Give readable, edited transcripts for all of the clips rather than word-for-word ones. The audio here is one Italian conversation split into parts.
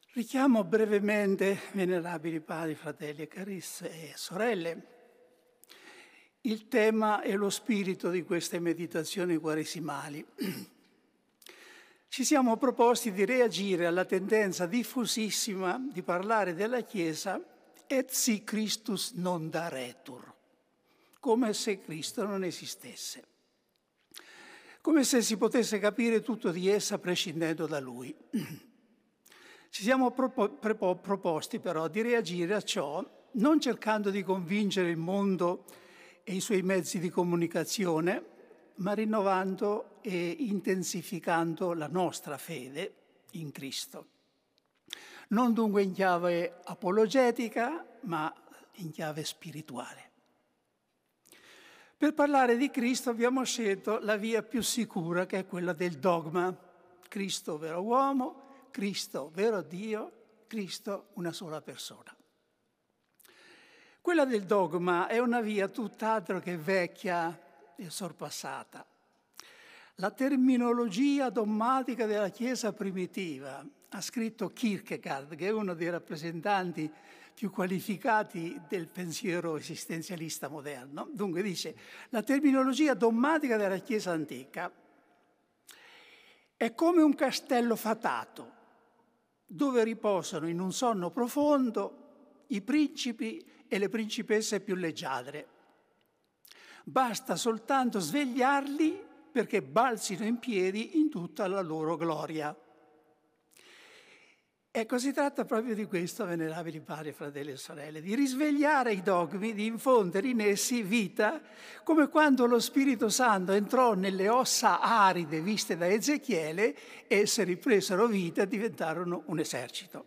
Richiamo brevemente, venerabili padri, fratelli e carissime sorelle, il tema e lo spirito di queste meditazioni quaresimali. Ci siamo proposti di reagire alla tendenza diffusissima di parlare della Chiesa et si Christus non daretur, come se Cristo non esistesse, come se si potesse capire tutto di essa prescindendo da Lui. Ci siamo proposti però di reagire a ciò non cercando di convincere il mondo e i suoi mezzi di comunicazione, ma rinnovando e intensificando la nostra fede in Cristo. Non dunque in chiave apologetica, ma in chiave spirituale. Per parlare di Cristo abbiamo scelto la via più sicura, che è quella del dogma. Cristo vero uomo, Cristo vero Dio, Cristo una sola persona. Quella del dogma è una via tutt'altro che vecchia e sorpassata. La terminologia dogmatica della Chiesa primitiva, ha scritto Kierkegaard, che è uno dei rappresentanti più qualificati del pensiero esistenzialista moderno. Dunque dice, la terminologia dogmatica della Chiesa antica è come un castello fatato, dove riposano in un sonno profondo i principi e le principesse più leggiadre. Basta soltanto svegliarli perché balzino in piedi in tutta la loro gloria. Ecco, si tratta proprio di questo, venerabili padri, fratelli e sorelle, di risvegliare i dogmi, di infondere in essi vita, come quando lo Spirito Santo entrò nelle ossa aride viste da Ezechiele, esse ripresero vita e diventarono un esercito.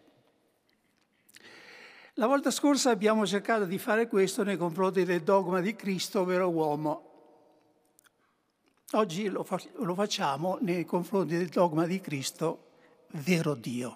La volta scorsa abbiamo cercato di fare questo nei confronti del dogma di Cristo, vero uomo. Oggi lo facciamo nei confronti del dogma di Cristo, vero Dio.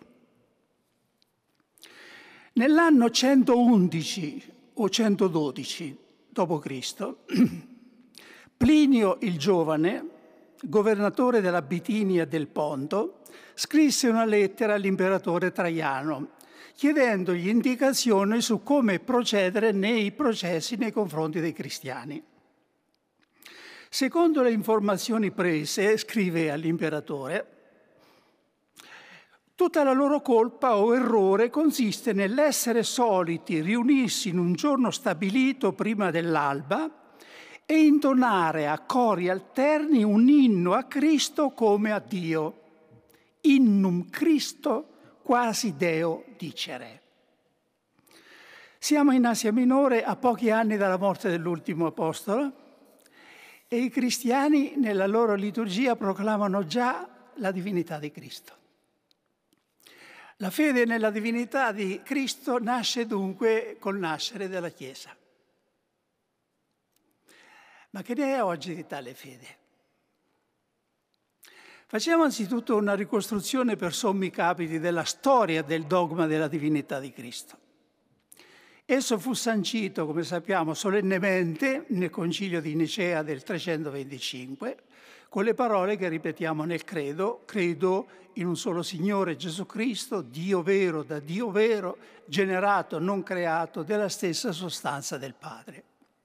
Nell'anno 111 o 112 d.C., Plinio il Giovane, governatore della Bitinia e del Ponto, scrisse una lettera all'imperatore Traiano, chiedendogli indicazioni su come procedere nei processi nei confronti dei cristiani. Secondo le informazioni prese, scrive all'imperatore, tutta la loro colpa o errore consiste nell'essere soliti riunirsi in un giorno stabilito prima dell'alba e intonare a cori alterni un inno a Cristo come a Dio. Innum Christo quasi Deo dicere. Siamo in Asia Minore a pochi anni dalla morte dell'ultimo apostolo e i cristiani nella loro liturgia proclamano già la divinità di Cristo. La fede nella divinità di Cristo nasce dunque col nascere della Chiesa. Ma che ne è oggi di tale fede? Facciamo anzitutto una ricostruzione per sommi capiti della storia del dogma della divinità di Cristo. Esso fu sancito, come sappiamo, solennemente nel Concilio di Nicea del 325, con le parole che ripetiamo nel credo: credo in un solo Signore Gesù Cristo, Dio vero da Dio vero, generato, non creato, della stessa sostanza del Padre.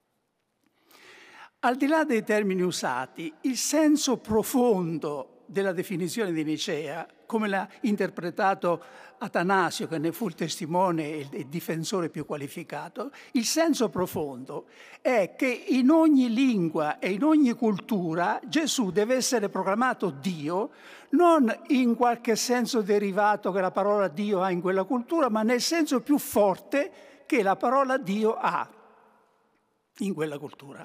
Al di là dei termini usati, il senso profondo della definizione di Nicea, come l'ha interpretato Atanasio, che ne fu il testimone e il difensore più qualificato, il senso profondo è che in ogni lingua e in ogni cultura Gesù deve essere proclamato Dio, non in qualche senso derivato che la parola Dio ha in quella cultura, ma nel senso più forte che la parola Dio ha in quella cultura.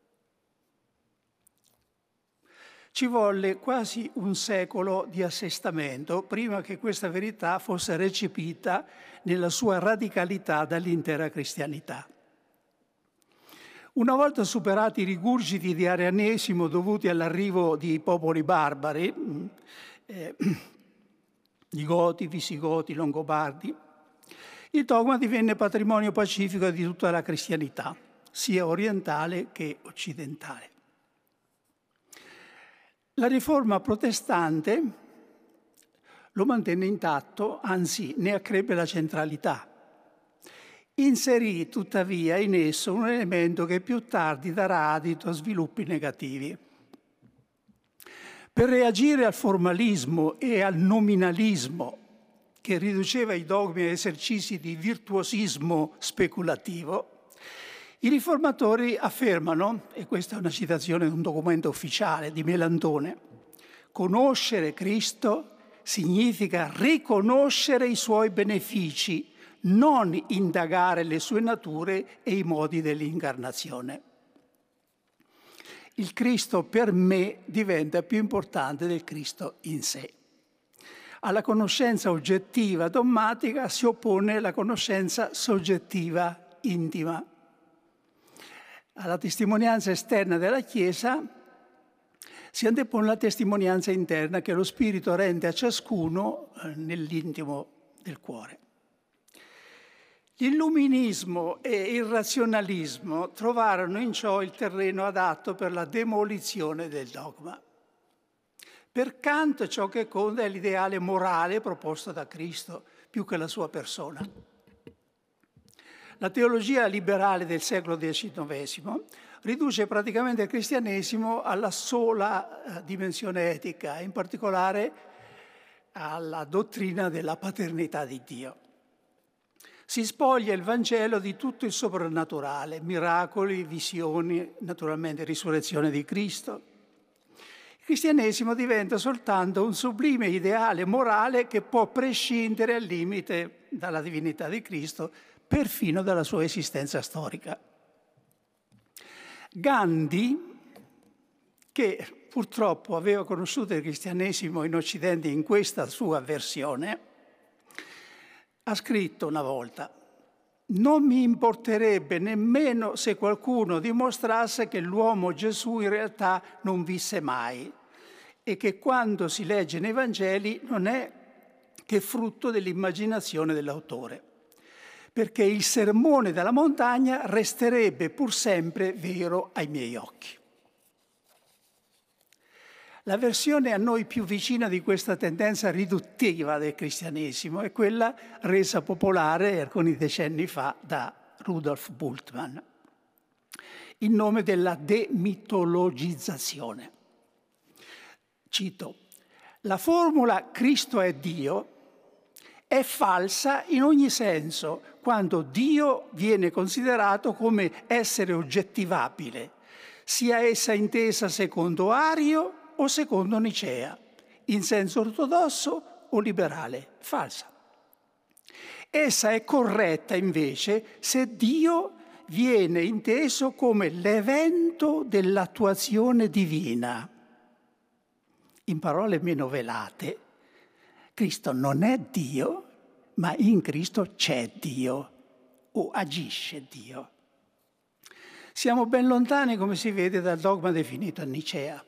Ci volle quasi un secolo di assestamento prima che questa verità fosse recepita nella sua radicalità dall'intera cristianità. Una volta superati i rigurgiti di arianesimo dovuti all'arrivo di popoli barbari, di Goti, Visigoti, Longobardi, il dogma divenne patrimonio pacifico di tutta la cristianità, sia orientale che occidentale. La riforma protestante lo mantenne intatto, anzi ne accrebbe la centralità. Inserì tuttavia in esso un elemento che più tardi darà adito a sviluppi negativi. Per reagire al formalismo e al nominalismo che riduceva i dogmi a esercizi di virtuosismo speculativo, i riformatori affermano, e questa è una citazione di un documento ufficiale di Melantone, conoscere Cristo significa riconoscere i suoi benefici, non indagare le sue nature e i modi dell'incarnazione. Il Cristo per me diventa più importante del Cristo in sé. Alla conoscenza oggettiva dogmatica si oppone la conoscenza soggettiva intima. Alla testimonianza esterna della Chiesa si antepone la testimonianza interna che lo Spirito rende a ciascuno nell'intimo del cuore. L'illuminismo e il razionalismo trovarono in ciò il terreno adatto per la demolizione del dogma. Per Kant ciò che conta è l'ideale morale proposto da Cristo, più che la sua persona. La teologia liberale del secolo XIX riduce praticamente il cristianesimo alla sola dimensione etica, in particolare alla dottrina della paternità di Dio. Si spoglia il Vangelo di tutto il soprannaturale, miracoli, visioni, naturalmente risurrezione di Cristo. Il cristianesimo diventa soltanto un sublime ideale morale che può prescindere al limite dalla divinità di Cristo, perfino dalla sua esistenza storica. Gandhi, che purtroppo aveva conosciuto il cristianesimo in Occidente in questa sua versione, ha scritto una volta: non mi importerebbe nemmeno se qualcuno dimostrasse che l'uomo Gesù in realtà non visse mai e che quanto si legge nei Vangeli non è che frutto dell'immaginazione dell'autore, perché il sermone della montagna resterebbe pur sempre vero ai miei occhi. La versione a noi più vicina di questa tendenza riduttiva del cristianesimo è quella resa popolare alcuni decenni fa da Rudolf Bultmann, in nome della demitologizzazione. Cito: la formula Cristo è Dio è falsa in ogni senso, quando Dio viene considerato come essere oggettivabile, sia essa intesa secondo Ario o secondo Nicea, in senso ortodosso o liberale. Falsa. Essa è corretta invece se Dio viene inteso come l'evento dell'attuazione divina. In parole meno velate, Cristo non è Dio, ma in Cristo c'è Dio o agisce Dio. Siamo ben lontani, come si vede, dal dogma definito a Nicea.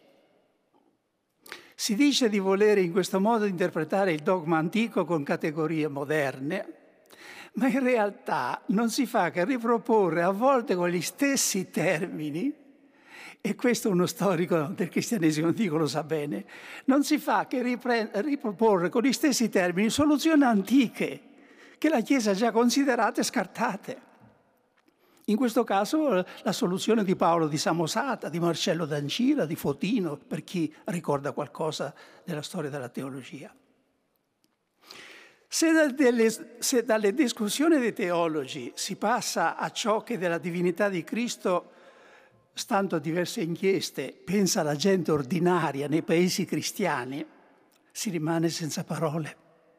Si dice di volere in questo modo interpretare il dogma antico con categorie moderne, ma in realtà non si fa che riproporre a volte con gli stessi termini, e questo uno storico del cristianesimo antico lo sa bene, non si fa che riproporre con gli stessi termini soluzioni antiche che la Chiesa ha già considerate e scartate. In questo caso la soluzione di Paolo di Samosata, di Marcello d'Ancira, di Fotino, per chi ricorda qualcosa della storia della teologia. Se dalle discussioni dei teologi si passa a ciò che della divinità di Cristo, stando a diverse inchieste, pensa la gente ordinaria nei paesi cristiani, si rimane senza parole.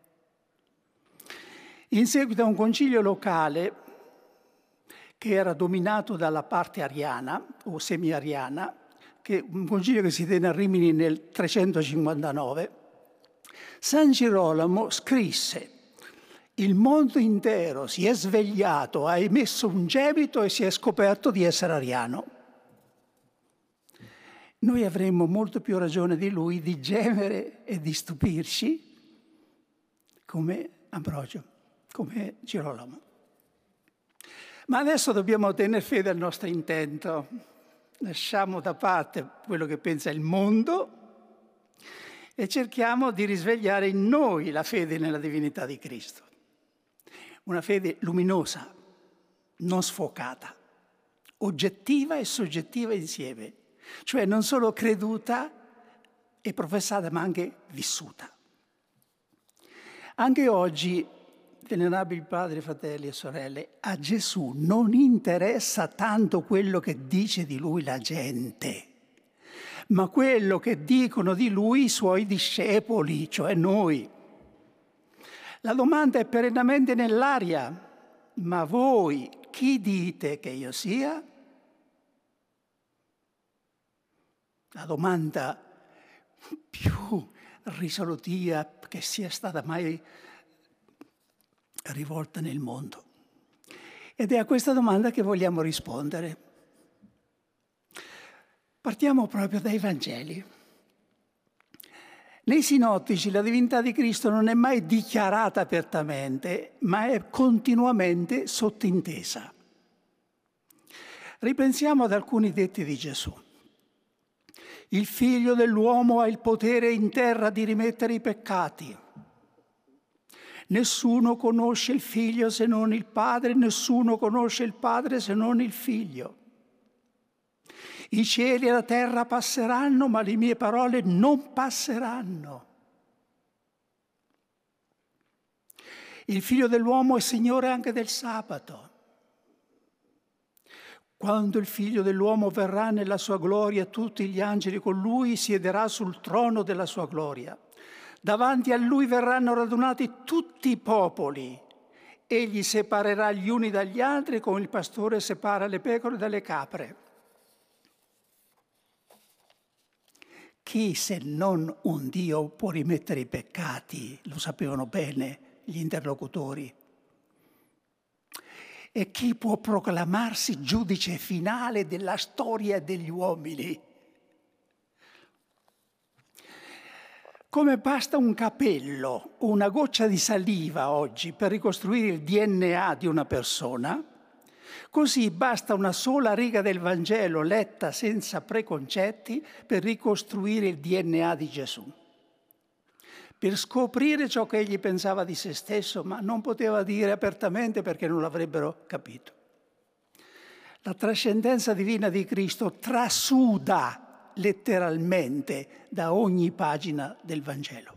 In seguito a un concilio locale che era dominato dalla parte ariana o semi-ariana, un concilio che si tenne a Rimini nel 359, San Girolamo scrisse: il mondo intero si è svegliato, ha emesso un gemito e si è scoperto di essere ariano. Noi avremmo molto più ragione di lui di gemere e di stupirci come Ambrogio, come Girolamo. Ma adesso dobbiamo tenere fede al nostro intento. Lasciamo da parte quello che pensa il mondo e cerchiamo di risvegliare in noi la fede nella divinità di Cristo. Una fede luminosa, non sfocata, oggettiva e soggettiva insieme, cioè non solo creduta e professata, ma anche vissuta. Anche oggi, venerabili padri, fratelli e sorelle, a Gesù non interessa tanto quello che dice di lui la gente, ma quello che dicono di lui i suoi discepoli, cioè noi. La domanda è perennemente nell'aria: ma voi chi dite che io sia? La domanda più risolutiva che sia stata mai rivolta nel mondo. Ed è a questa domanda che vogliamo rispondere. Partiamo proprio dai Vangeli. Nei sinottici la divinità di Cristo non è mai dichiarata apertamente, ma è continuamente sottintesa. Ripensiamo ad alcuni detti di Gesù. Il figlio dell'uomo ha il potere in terra di rimettere i peccati. Nessuno conosce il figlio se non il padre, nessuno conosce il padre se non il figlio. I cieli e la terra passeranno, ma le mie parole non passeranno. Il figlio dell'uomo è Signore anche del sabato. Quando il figlio dell'uomo verrà nella sua gloria, tutti gli angeli con lui siederà sul trono della sua gloria. Davanti a lui verranno radunati tutti i popoli. Egli separerà gli uni dagli altri come il pastore separa le pecore dalle capre. Chi se non un Dio può rimettere i peccati? Lo sapevano bene gli interlocutori. E chi può proclamarsi giudice finale della storia degli uomini? Come basta un capello o una goccia di saliva oggi per ricostruire il DNA di una persona, così basta una sola riga del Vangelo letta senza preconcetti per ricostruire il DNA di Gesù. Per scoprire ciò che egli pensava di se stesso, ma non poteva dire apertamente perché non l'avrebbero capito. La trascendenza divina di Cristo trasuda letteralmente da ogni pagina del Vangelo.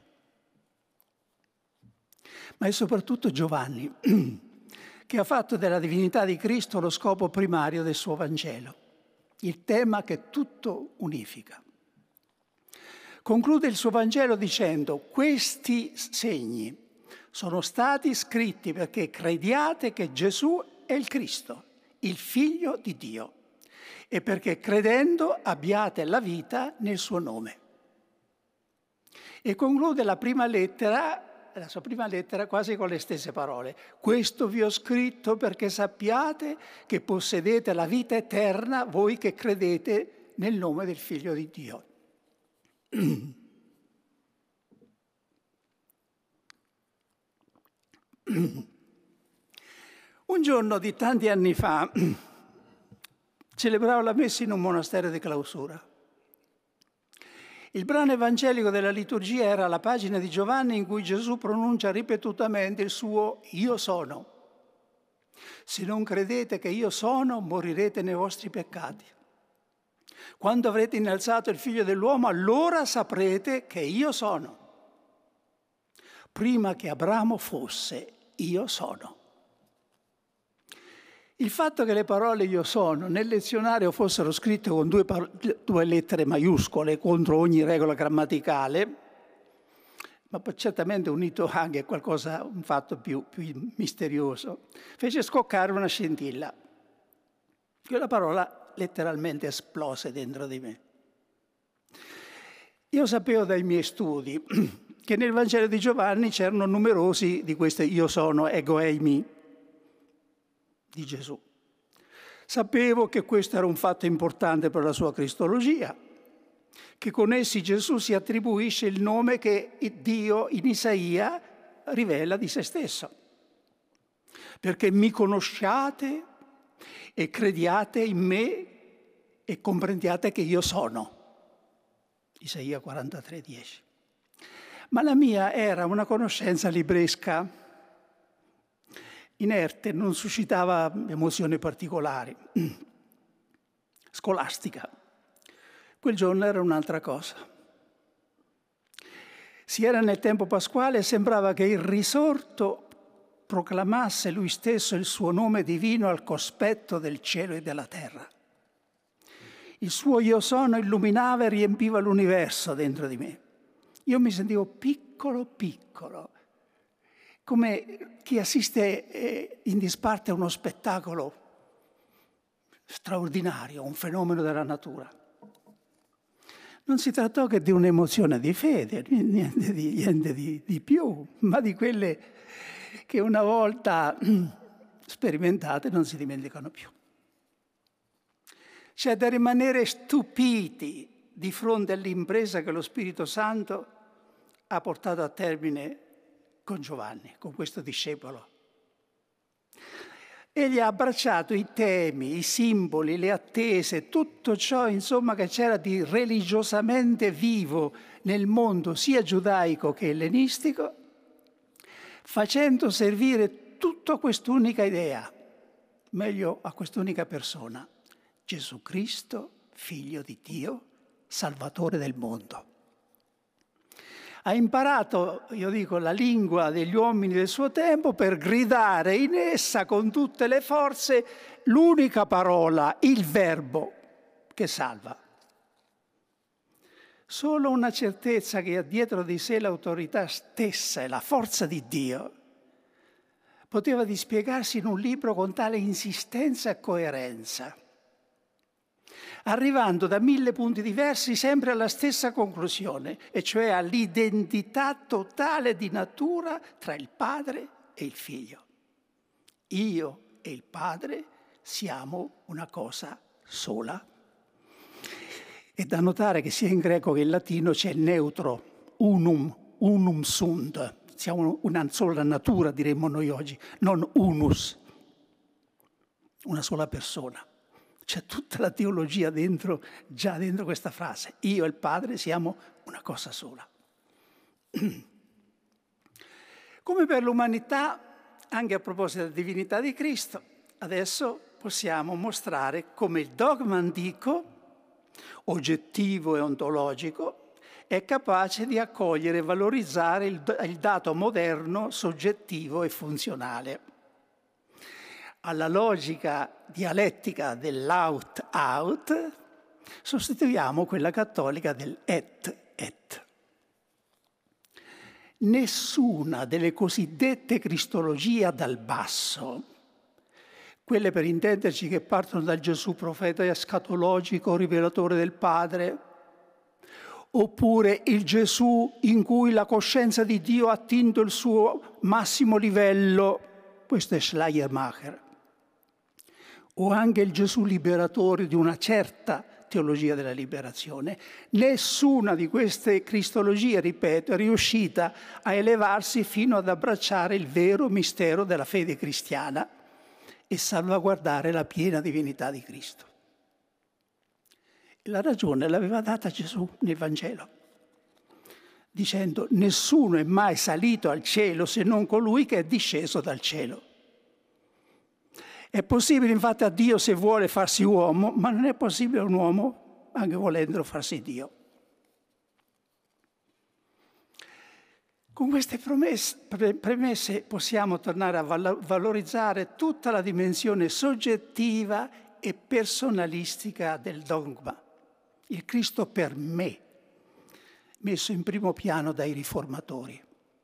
Ma è soprattutto Giovanni che ha fatto della divinità di Cristo lo scopo primario del suo Vangelo, il tema che tutto unifica. Conclude il suo Vangelo dicendo: questi segni sono stati scritti perché crediate che Gesù è il Cristo, il Figlio di Dio, e perché credendo abbiate la vita nel suo nome. E conclude la sua prima lettera quasi con le stesse parole. Questo vi ho scritto perché sappiate che possedete la vita eterna voi che credete nel nome del Figlio di Dio. Un giorno di tanti anni fa celebravo la messa in un monastero di clausura. Il brano evangelico della liturgia era la pagina di Giovanni in cui Gesù pronuncia ripetutamente il suo "Io sono". Se non credete che io sono, morirete nei vostri peccati. Quando avrete innalzato il Figlio dell'uomo, allora saprete che io sono. Prima che Abramo fosse, io sono. Il fatto che le parole "io sono" nel lezionario fossero scritte con due lettere maiuscole contro ogni regola grammaticale, ma certamente unito anche a un fatto più misterioso, fece scoccare una scintilla. Quella parola letteralmente esplose dentro di me. Io sapevo dai miei studi che nel Vangelo di Giovanni c'erano numerosi di questi "io sono", ego eimi, di Gesù. Sapevo che questo era un fatto importante per la sua cristologia, che con essi Gesù si attribuisce il nome che Dio in Isaia rivela di se stesso. Perché mi conosciate e crediate in me e comprendiate che io sono. Isaia 43,10. Ma la mia era una conoscenza libresca, inerte, non suscitava emozioni particolari, scolastica. Quel giorno era un'altra cosa. Si era nel tempo pasquale e sembrava che il risorto proclamasse lui stesso il suo nome divino al cospetto del cielo e della terra. Il suo io sono illuminava e riempiva l'universo dentro di me. Io mi sentivo piccolo, piccolo, come chi assiste in disparte a uno spettacolo straordinario, un fenomeno della natura. Non si trattò che di un'emozione di fede, niente di più, ma di quelle che una volta sperimentate non si dimenticano più. C'è da rimanere stupiti di fronte all'impresa che lo Spirito Santo ha portato a termine con Giovanni, con questo discepolo. Egli ha abbracciato i temi, i simboli, le attese, tutto ciò, insomma, che c'era di religiosamente vivo nel mondo sia giudaico che ellenistico, facendo servire tutto a quest'unica idea, meglio a quest'unica persona, Gesù Cristo, Figlio di Dio, Salvatore del mondo. Ha imparato, io dico, la lingua degli uomini del suo tempo per gridare in essa con tutte le forze l'unica parola, il verbo che salva. Solo una certezza che ha dietro di sé l'autorità stessa e la forza di Dio poteva dispiegarsi in un libro con tale insistenza e coerenza, arrivando da 1000 punti diversi sempre alla stessa conclusione, e cioè all'identità totale di natura tra il Padre e il Figlio. Io e il Padre siamo una cosa sola. È da notare che sia in greco che in latino c'è il neutro, unum sunt. Siamo una sola natura, diremmo noi oggi, non unus, una sola persona. C'è tutta la teologia già dentro questa frase. Io e il Padre siamo una cosa sola. Come per l'umanità, anche a proposito della divinità di Cristo, adesso possiamo mostrare come il dogma antico, oggettivo e ontologico, è capace di accogliere e valorizzare il dato moderno, soggettivo e funzionale. Alla logica dialettica dell'out-out sostituiamo quella cattolica del et. Nessuna delle cosiddette cristologie dal basso, quelle per intenderci che partono dal Gesù profeta escatologico, rivelatore del Padre, oppure il Gesù in cui la coscienza di Dio ha attinto il suo massimo livello, questo è Schleiermacher, o anche il Gesù liberatore di una certa teologia della liberazione. Nessuna di queste cristologie, ripeto, è riuscita a elevarsi fino ad abbracciare il vero mistero della fede cristiana e salvaguardare la piena divinità di Cristo. La ragione l'aveva data Gesù nel Vangelo, dicendo: nessuno è mai salito al cielo se non colui che è disceso dal cielo. È possibile infatti a Dio, se vuole, farsi uomo, ma non è possibile a un uomo, anche volendolo, farsi Dio. Con queste premesse possiamo tornare a valorizzare tutta la dimensione soggettiva e personalistica del dogma. Il Cristo per me, messo in primo piano dai riformatori.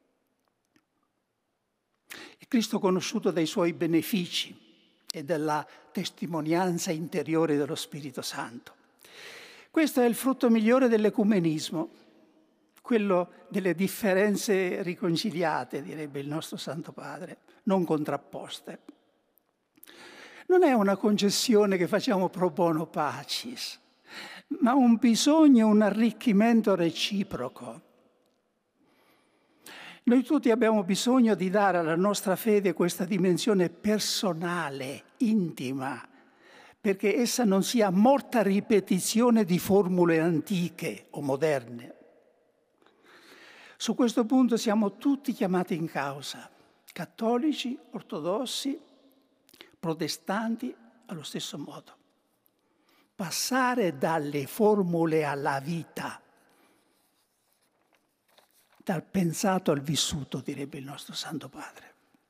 Il Cristo conosciuto dai suoi benefici e della testimonianza interiore dello Spirito Santo. Questo è il frutto migliore dell'ecumenismo, quello delle differenze riconciliate, direbbe il nostro Santo Padre, non contrapposte. Non è una concessione che facciamo pro bono pacis, ma un bisogno, un arricchimento reciproco. Noi tutti abbiamo bisogno di dare alla nostra fede questa dimensione personale, intima, perché essa non sia morta ripetizione di formule antiche o moderne. Su questo punto siamo tutti chiamati in causa, cattolici, ortodossi, protestanti, allo stesso modo. Passare dalle formule alla vita, dal pensato al vissuto, direbbe il nostro Santo Padre.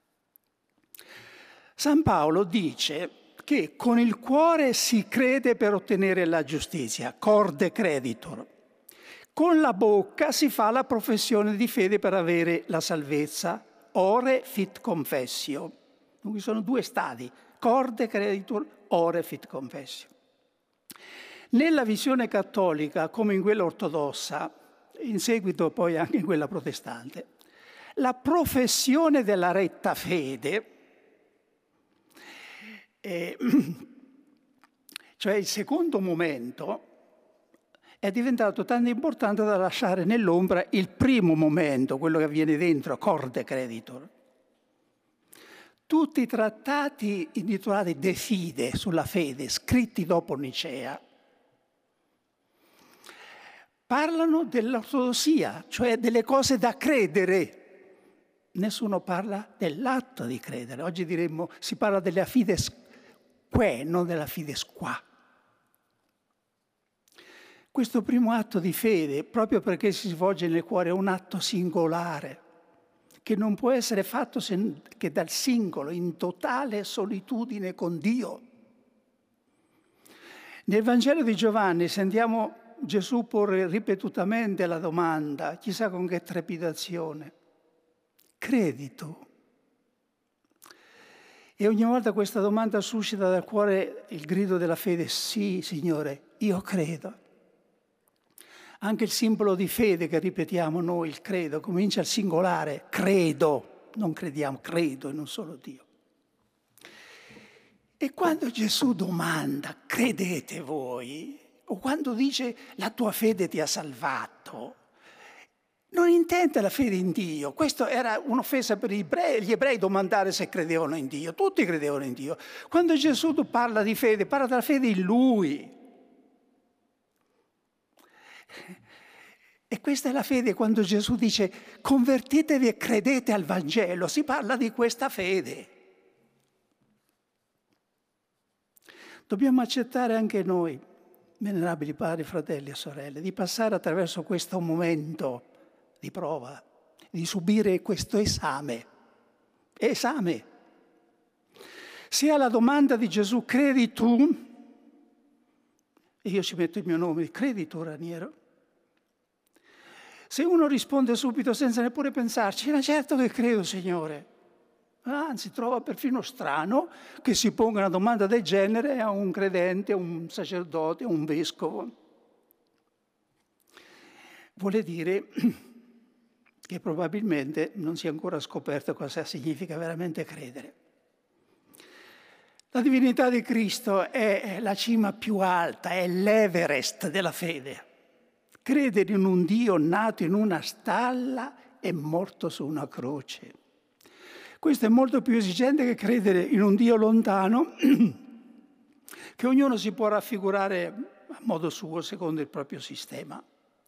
San Paolo dice che con il cuore si crede per ottenere la giustizia, corde creditor. Con la bocca si fa la professione di fede per avere la salvezza, ore fit confessio. Dunque sono due stadi, corde creditor, ore fit confessio. Nella visione cattolica, come in quella ortodossa, in seguito poi anche in quella protestante, la professione della retta fede, cioè il secondo momento, è diventato tanto importante da lasciare nell'ombra il primo momento, quello che avviene dentro, corde creditor. Tutti i trattati intitolati De Fide, sulla fede, scritti dopo Nicea, parlano dell'ortodossia, cioè delle cose da credere. Nessuno parla dell'atto di credere. Oggi diremmo, si parla della fides que, non della fides qua. Questo primo atto di fede, proprio perché si svolge nel cuore, è un atto singolare, che non può essere fatto che dal singolo, in totale solitudine con Dio. Nel Vangelo di Giovanni sentiamo Gesù porre ripetutamente la domanda, chissà con che trepidazione: credi tu? E ogni volta questa domanda suscita dal cuore il grido della fede: sì, Signore, io credo. Anche il simbolo di fede che ripetiamo noi, il credo, comincia al singolare, credo, non crediamo, credo in un solo Dio. E quando Gesù domanda, credete voi, o quando dice la tua fede ti ha salvato, non intende la fede in Dio. Questo era un'offesa per gli ebrei domandare se credevano in Dio. Tutti credevano in Dio. Quando Gesù parla di fede, parla della fede in Lui. E questa è la fede quando Gesù dice convertitevi e credete al Vangelo. Si parla di questa fede. Dobbiamo accettare anche noi, venerabili padri, fratelli e sorelle, di passare attraverso questo momento di prova, di subire questo esame. Esame. Se alla domanda di Gesù credi tu, e io ci metto il mio nome, credi tu, Raniero? Se uno risponde subito senza neppure pensarci, ma certo che credo, Signore. Anzi, trova perfino strano che si ponga una domanda del genere a un credente, a un sacerdote, a un vescovo. Vuole dire che probabilmente non si è ancora scoperto cosa significa veramente credere. La divinità di Cristo è la cima più alta, è l'Everest della fede. Credere in un Dio nato in una stalla e morto su una croce. Questo è molto più esigente che credere in un Dio lontano che ognuno si può raffigurare a modo suo, secondo il proprio sistema.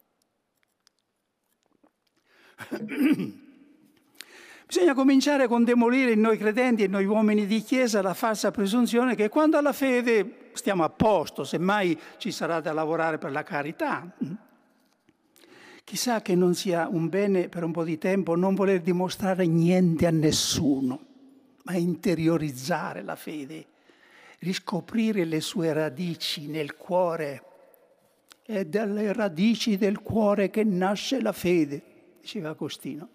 Bisogna cominciare con demolire in noi credenti e in noi uomini di Chiesa la falsa presunzione che quando alla fede stiamo a posto, semmai ci sarà da lavorare per la carità. Chissà che non sia un bene per un po' di tempo non voler dimostrare niente a nessuno, ma interiorizzare la fede, riscoprire le sue radici nel cuore. È dalle radici del cuore che nasce la fede, diceva Agostino.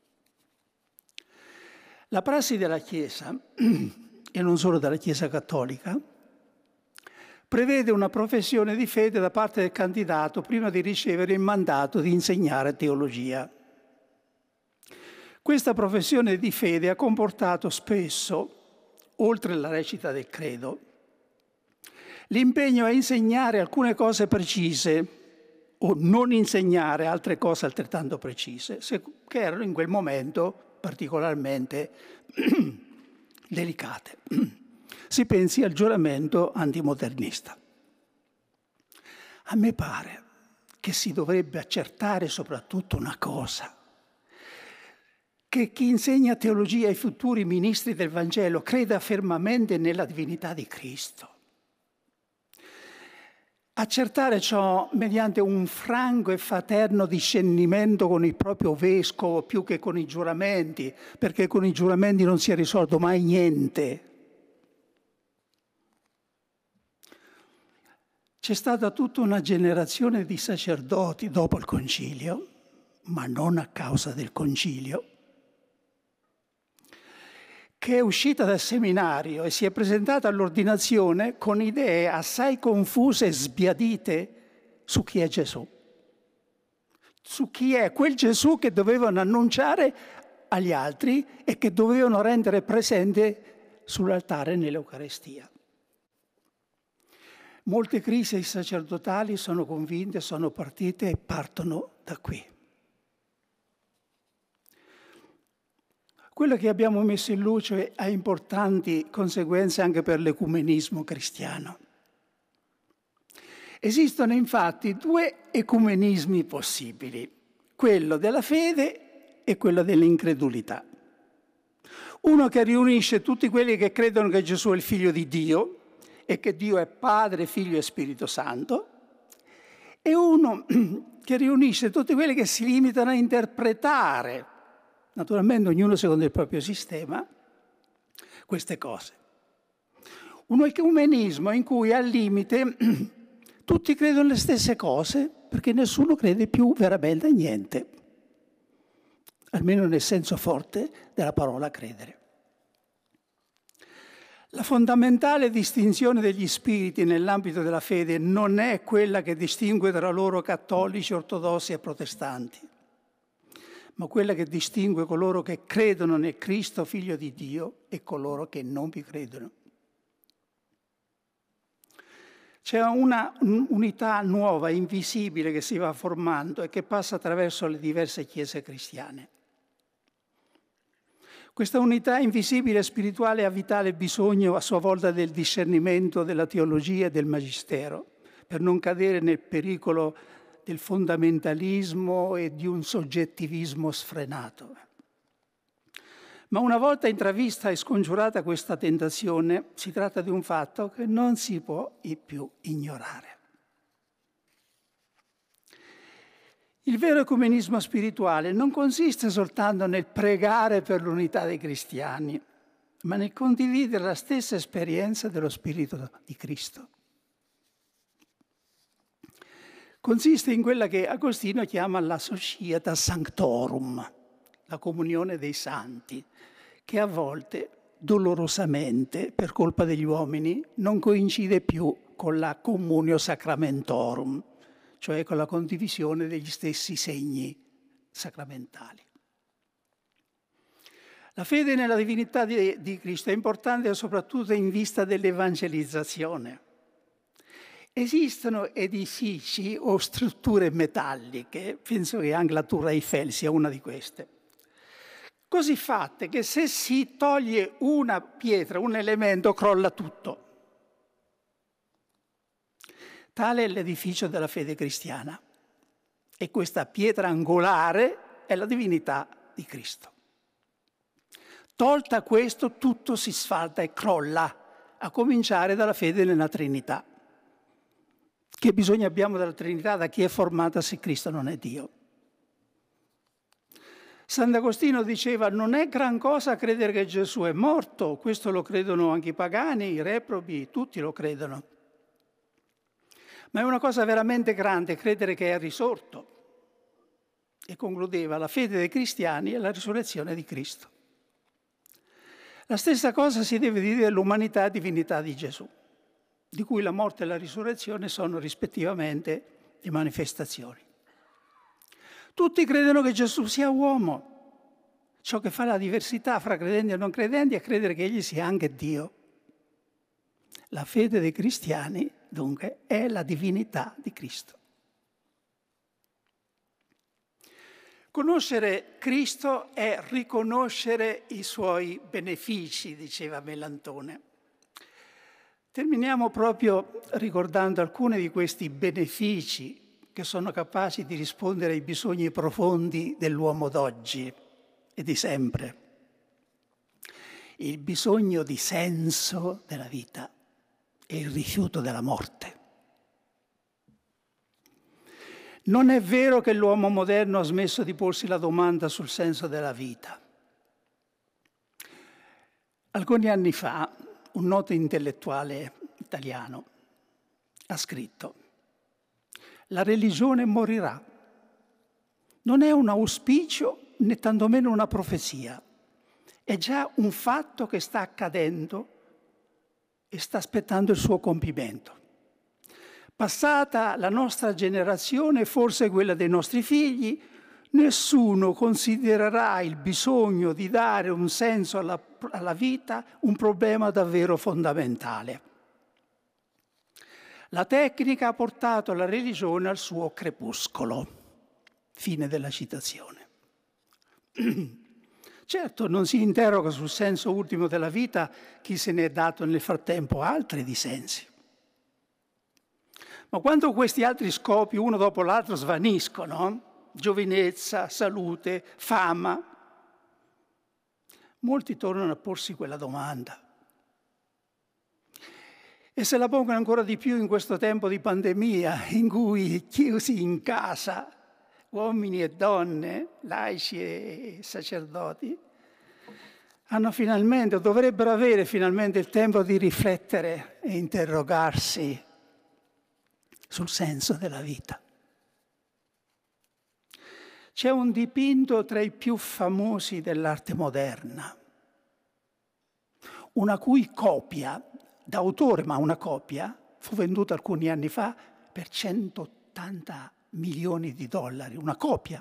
La prassi della Chiesa, e non solo della Chiesa cattolica, prevede una professione di fede da parte del candidato prima di ricevere il mandato di insegnare teologia. Questa professione di fede ha comportato spesso, oltre la recita del credo, l'impegno a insegnare alcune cose precise o non insegnare altre cose altrettanto precise, che erano in quel momento particolarmente delicate. Si pensi al giuramento antimodernista. A me pare che si dovrebbe accertare soprattutto una cosa, che chi insegna teologia ai futuri ministri del Vangelo creda fermamente nella divinità di Cristo. Accertare ciò mediante un franco e fraterno discernimento con il proprio vescovo più che con i giuramenti, perché con i giuramenti non si è risolto mai niente. C'è stata tutta una generazione di sacerdoti dopo il concilio, ma non a causa del concilio, che è uscita dal seminario e si è presentata all'ordinazione con idee assai confuse e sbiadite su chi è Gesù, su chi è quel Gesù che dovevano annunciare agli altri e che dovevano rendere presente sull'altare nell'Eucaristia. Molte crisi sacerdotali sono convinte, sono partite e partono da qui. Quello che abbiamo messo in luce ha importanti conseguenze anche per l'ecumenismo cristiano. Esistono infatti due ecumenismi possibili, quello della fede e quello dell'incredulità. Uno che riunisce tutti quelli che credono che Gesù è il Figlio di Dio e che Dio è Padre, Figlio e Spirito Santo, e uno che riunisce tutti quelli che si limitano a interpretare, naturalmente ognuno secondo il proprio sistema, queste cose. Un ecumenismo in cui al limite tutti credono le stesse cose perché nessuno crede più veramente a niente, almeno nel senso forte della parola credere. La fondamentale distinzione degli spiriti nell'ambito della fede non è quella che distingue tra loro cattolici, ortodossi e protestanti, ma quella che distingue coloro che credono nel Cristo, Figlio di Dio, e coloro che non vi credono. C'è una unità nuova, invisibile, che si va formando e che passa attraverso le diverse chiese cristiane. Questa unità invisibile e spirituale ha vitale bisogno a sua volta del discernimento della teologia e del magistero, per non cadere nel pericolo del fondamentalismo e di un soggettivismo sfrenato. Ma una volta intravista e scongiurata questa tentazione, si tratta di un fatto che non si può più ignorare. Il vero ecumenismo spirituale non consiste soltanto nel pregare per l'unità dei cristiani, ma nel condividere la stessa esperienza dello Spirito di Cristo. Consiste in quella che Agostino chiama la Societas Sanctorum, la comunione dei santi, che a volte, dolorosamente, per colpa degli uomini, non coincide più con la communio sacramentorum, cioè con la condivisione degli stessi segni sacramentali. La fede nella divinità di Cristo è importante soprattutto in vista dell'evangelizzazione. Esistono edifici o strutture metalliche, penso che anche la Tour Eiffel sia una di queste, così fatte che se si toglie una pietra, un elemento, crolla tutto. Tale è l'edificio della fede cristiana e questa pietra angolare è la divinità di Cristo. Tolta questo, tutto si sfalda e crolla, a cominciare dalla fede nella Trinità. Che bisogno abbiamo della Trinità, da chi è formata se Cristo non è Dio? Sant'Agostino diceva: non è gran cosa credere che Gesù è morto, questo lo credono anche i pagani, i reprobi, tutti lo credono. Ma è una cosa veramente grande credere che è risorto. E concludeva: la fede dei cristiani è la risurrezione di Cristo. La stessa cosa si deve dire dell'umanità e divinità di Gesù, di cui la morte e la risurrezione sono rispettivamente le manifestazioni. Tutti credono che Gesù sia uomo. Ciò che fa la diversità fra credenti e non credenti è credere che egli sia anche Dio. La fede dei cristiani, dunque, è la divinità di Cristo. Conoscere Cristo è riconoscere i suoi benefici, diceva Melantone. Terminiamo proprio ricordando alcuni di questi benefici che sono capaci di rispondere ai bisogni profondi dell'uomo d'oggi e di sempre. Il bisogno di senso della vita e il rifiuto della morte. Non è vero che l'uomo moderno ha smesso di porsi la domanda sul senso della vita. Alcuni anni fa un noto intellettuale italiano ha scritto: la religione morirà. Non è un auspicio né tantomeno una profezia. È già un fatto che sta accadendo e sta aspettando il suo compimento. Passata la nostra generazione, forse quella dei nostri figli, nessuno considererà il bisogno di dare un senso alla vita un problema davvero fondamentale. La tecnica ha portato la religione al suo crepuscolo. Fine della citazione. Certo, non si interroga sul senso ultimo della vita chi se ne è dato nel frattempo altri di sensi. Ma quando questi altri scopi, uno dopo l'altro, svaniscono, giovinezza, salute, fama, molti tornano a porsi quella domanda. E se la pongono ancora di più in questo tempo di pandemia, in cui chiusi in casa, uomini e donne, laici e sacerdoti, hanno finalmente, o dovrebbero avere finalmente il tempo di riflettere e interrogarsi sul senso della vita. C'è un dipinto tra i più famosi dell'arte moderna, una cui copia, d'autore ma una copia, fu venduta alcuni anni fa per 180 milioni di dollari, una copia.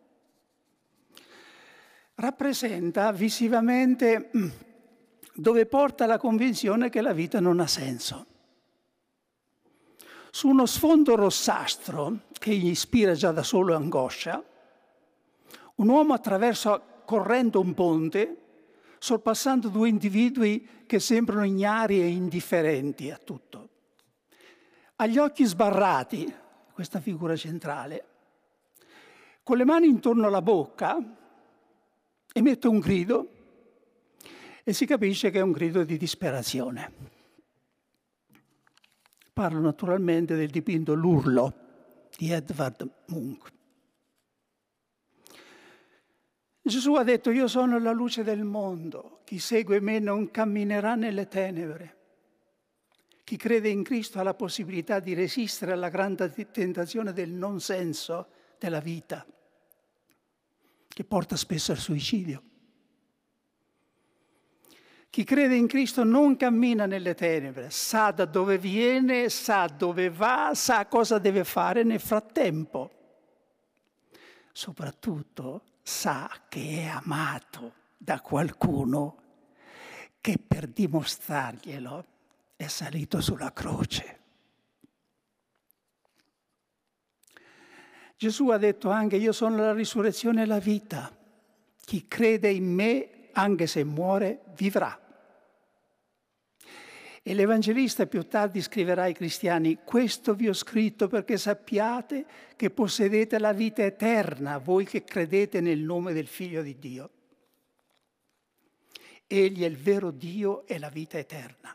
Rappresenta visivamente dove porta la convinzione che la vita non ha senso. Su uno sfondo rossastro, che gli ispira già da solo angoscia, un uomo attraversa correndo un ponte, sorpassando due individui che sembrano ignari e indifferenti a tutto. Ha gli occhi sbarrati, questa figura centrale, con le mani intorno alla bocca, emette un grido e si capisce che è un grido di disperazione. Parlo naturalmente del dipinto L'Urlo di Edvard Munch. Gesù ha detto: io sono la luce del mondo, chi segue me non camminerà nelle tenebre. Chi crede in Cristo ha la possibilità di resistere alla grande tentazione del non senso della vita, che porta spesso al suicidio. Chi crede in Cristo non cammina nelle tenebre, sa da dove viene, sa dove va, sa cosa deve fare nel frattempo. Soprattutto sa che è amato da qualcuno che per dimostrarglielo è salito sulla croce. Gesù ha detto anche: io sono la risurrezione e la vita. Chi crede in me, anche se muore, vivrà. E l'Evangelista più tardi scriverà ai cristiani: questo vi ho scritto perché sappiate che possedete la vita eterna, voi che credete nel nome del Figlio di Dio. Egli è il vero Dio e la vita eterna.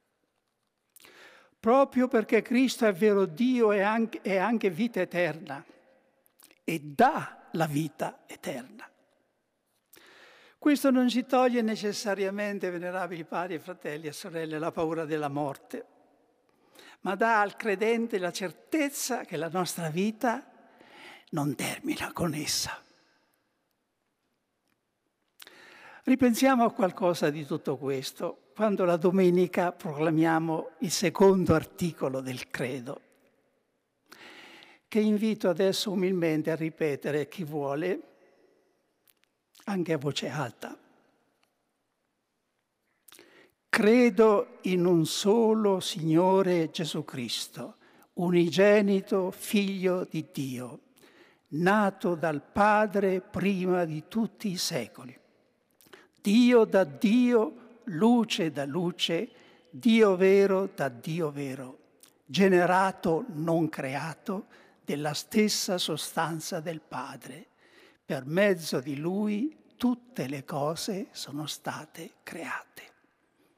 Proprio perché Cristo è vero Dio e anche vita eterna, e dà la vita eterna. Questo non ci toglie necessariamente, venerabili padri, fratelli e sorelle, la paura della morte, ma dà al credente la certezza che la nostra vita non termina con essa. Ripensiamo a qualcosa di tutto questo quando la domenica proclamiamo il secondo articolo del credo, che invito adesso umilmente a ripetere chi vuole, anche a voce alta. Credo in un solo Signore Gesù Cristo, unigenito Figlio di Dio, nato dal Padre prima di tutti i secoli. Dio da Dio, luce da luce, Dio vero da Dio vero, generato non creato, della stessa sostanza del Padre. Per mezzo di Lui tutte le cose sono state create.